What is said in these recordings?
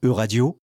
Euradio,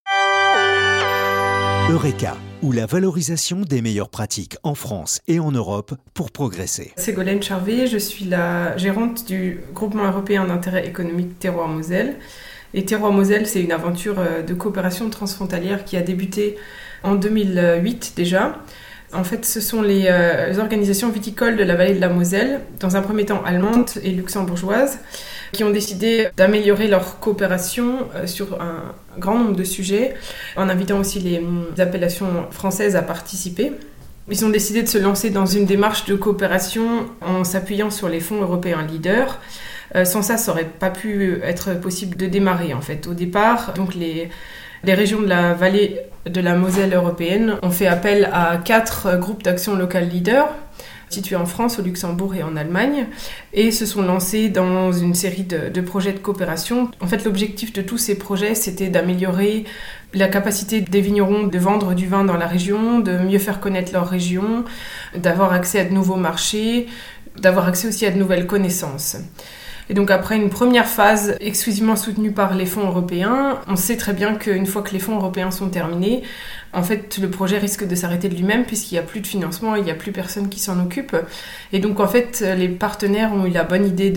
Eureka, ou la valorisation des meilleures pratiques en France et en Europe pour progresser. Ségolène Charvet, je suis la gérante du groupement européen d'intérêt économique Terroir-Moselle. Et Terroir-Moselle, c'est une aventure de coopération transfrontalière qui a débuté en 2008 déjà. En fait, ce sont les organisations viticoles de la vallée de la Moselle, dans un premier temps allemandes et luxembourgeoises, qui ont décidé d'améliorer leur coopération sur un grand nombre de sujets, en invitant aussi les appellations françaises à participer. Ils ont décidé de se lancer dans une démarche de coopération en s'appuyant sur les fonds européens leaders. Sans ça, ça n'aurait pas pu être possible de démarrer en fait. Au départ, donc les régions de la vallée de la Moselle européenne ont fait appel à 4 groupes d'action locales leaders situés en France, au Luxembourg et en Allemagne, et se sont lancés dans une série de projets de coopération. En fait, l'objectif de tous ces projets, c'était d'améliorer la capacité des vignerons de vendre du vin dans la région, de mieux faire connaître leur région, d'avoir accès à de nouveaux marchés, d'avoir accès aussi à de nouvelles connaissances. Et donc après une première phase exclusivement soutenue par les fonds européens, on sait très bien qu'une fois que les fonds européens sont terminés, en fait le projet risque de s'arrêter de lui-même puisqu'il n'y a plus de financement, il n'y a plus personne qui s'en occupe. Et donc en fait les partenaires ont eu la bonne idée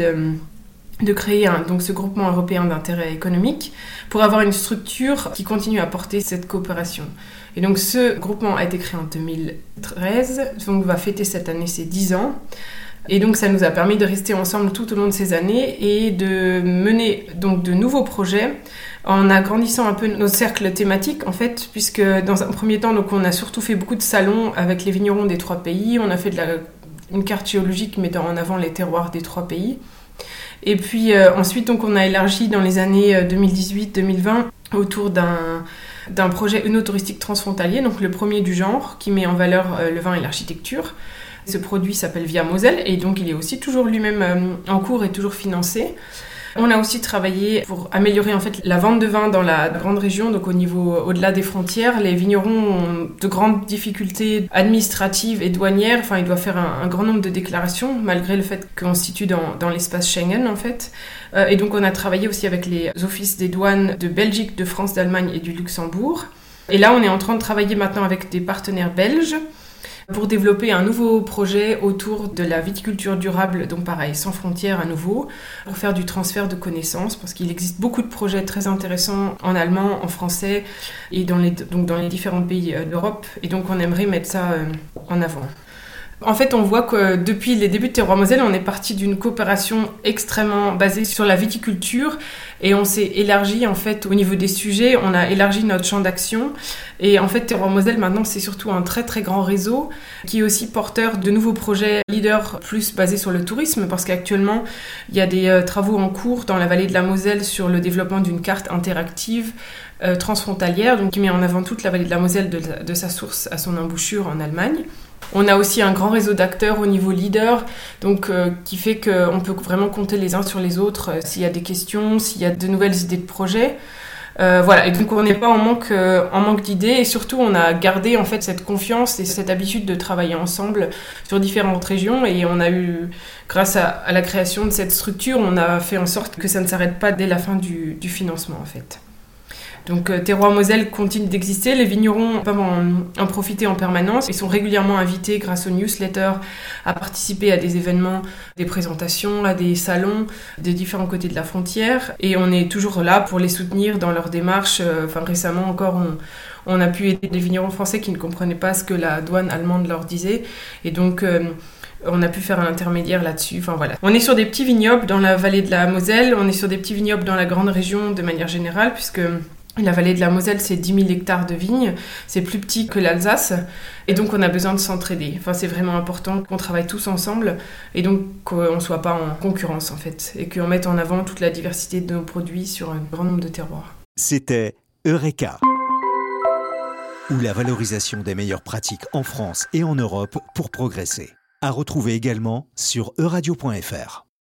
de créer donc ce groupement européen d'intérêt économique pour avoir une structure qui continue à porter cette coopération. Et donc ce groupement a été créé en 2013, donc va fêter cette année ses 10 ans. Et donc ça nous a permis de rester ensemble tout au long de ces années et de mener donc de nouveaux projets en agrandissant un peu nos cercles thématiques en fait, puisque dans un premier temps donc on a surtout fait beaucoup de salons avec les vignerons des 3 pays, on a fait une carte géologique mettant en avant les terroirs des 3 pays. Et puis ensuite donc on a élargi dans les années 2018-2020 autour d'un projet œnotouristique transfrontalier, donc le premier du genre qui met en valeur le vin et l'architecture. Ce produit s'appelle Via Moselle et donc il est aussi toujours lui-même en cours et toujours financé. On a aussi travaillé pour améliorer en fait la vente de vin dans la grande région, donc au-delà des frontières. Les vignerons ont de grandes difficultés administratives et douanières. Enfin, ils doivent faire un grand nombre de déclarations malgré le fait qu'on se situe dans l'espace Schengen en fait. Et donc on a travaillé aussi avec les offices des douanes de Belgique, de France, d'Allemagne et du Luxembourg. Et là, on est en train de travailler maintenant avec des partenaires belges pour développer un nouveau projet autour de la viticulture durable, donc pareil, sans frontières à nouveau, pour faire du transfert de connaissances, parce qu'il existe beaucoup de projets très intéressants en allemand, en français, et dans les différents pays d'Europe, et donc on aimerait mettre ça en avant. En fait, on voit que depuis les débuts de Terroir-Moselle, on est parti d'une coopération extrêmement basée sur la viticulture et on s'est élargi en fait au niveau des sujets, on a élargi notre champ d'action et en fait Terroir-Moselle maintenant c'est surtout un très très grand réseau qui est aussi porteur de nouveaux projets leaders plus basés sur le tourisme parce qu'actuellement il y a des travaux en cours dans la vallée de la Moselle sur le développement d'une carte interactive transfrontalière donc qui met en avant toute la vallée de la Moselle de sa source à son embouchure en Allemagne. On a aussi un grand réseau d'acteurs au niveau leader, donc qui fait qu'on peut vraiment compter les uns sur les autres s'il y a des questions, s'il y a de nouvelles idées de projets. Voilà, et donc on n'est pas en manque d'idées et surtout on a gardé en fait cette confiance et cette habitude de travailler ensemble sur différentes régions et on a eu, grâce à la création de cette structure, on a fait en sorte que ça ne s'arrête pas dès la fin du financement en fait. Donc Terroir-Moselle continue d'exister, les vignerons peuvent en profiter en permanence. Ils sont régulièrement invités grâce aux newsletters à participer à des événements, des présentations, à des salons des différents côtés de la frontière. Et on est toujours là pour les soutenir dans leur démarche. Récemment encore, on a pu aider des vignerons français qui ne comprenaient pas ce que la douane allemande leur disait. Et donc on a pu faire un intermédiaire là-dessus. Enfin, voilà. On est sur des petits vignobles dans la vallée de la Moselle, on est sur des petits vignobles dans la grande région de manière générale puisque la vallée de la Moselle, c'est 10 000 hectares de vignes, c'est plus petit que l'Alsace, et donc on a besoin de s'entraider. Enfin, c'est vraiment important qu'on travaille tous ensemble, et donc qu'on ne soit pas en concurrence, en fait, et qu'on mette en avant toute la diversité de nos produits sur un grand nombre de terroirs. C'était Eureka, ou la valorisation des meilleures pratiques en France et en Europe pour progresser. À retrouver également sur euradio.fr.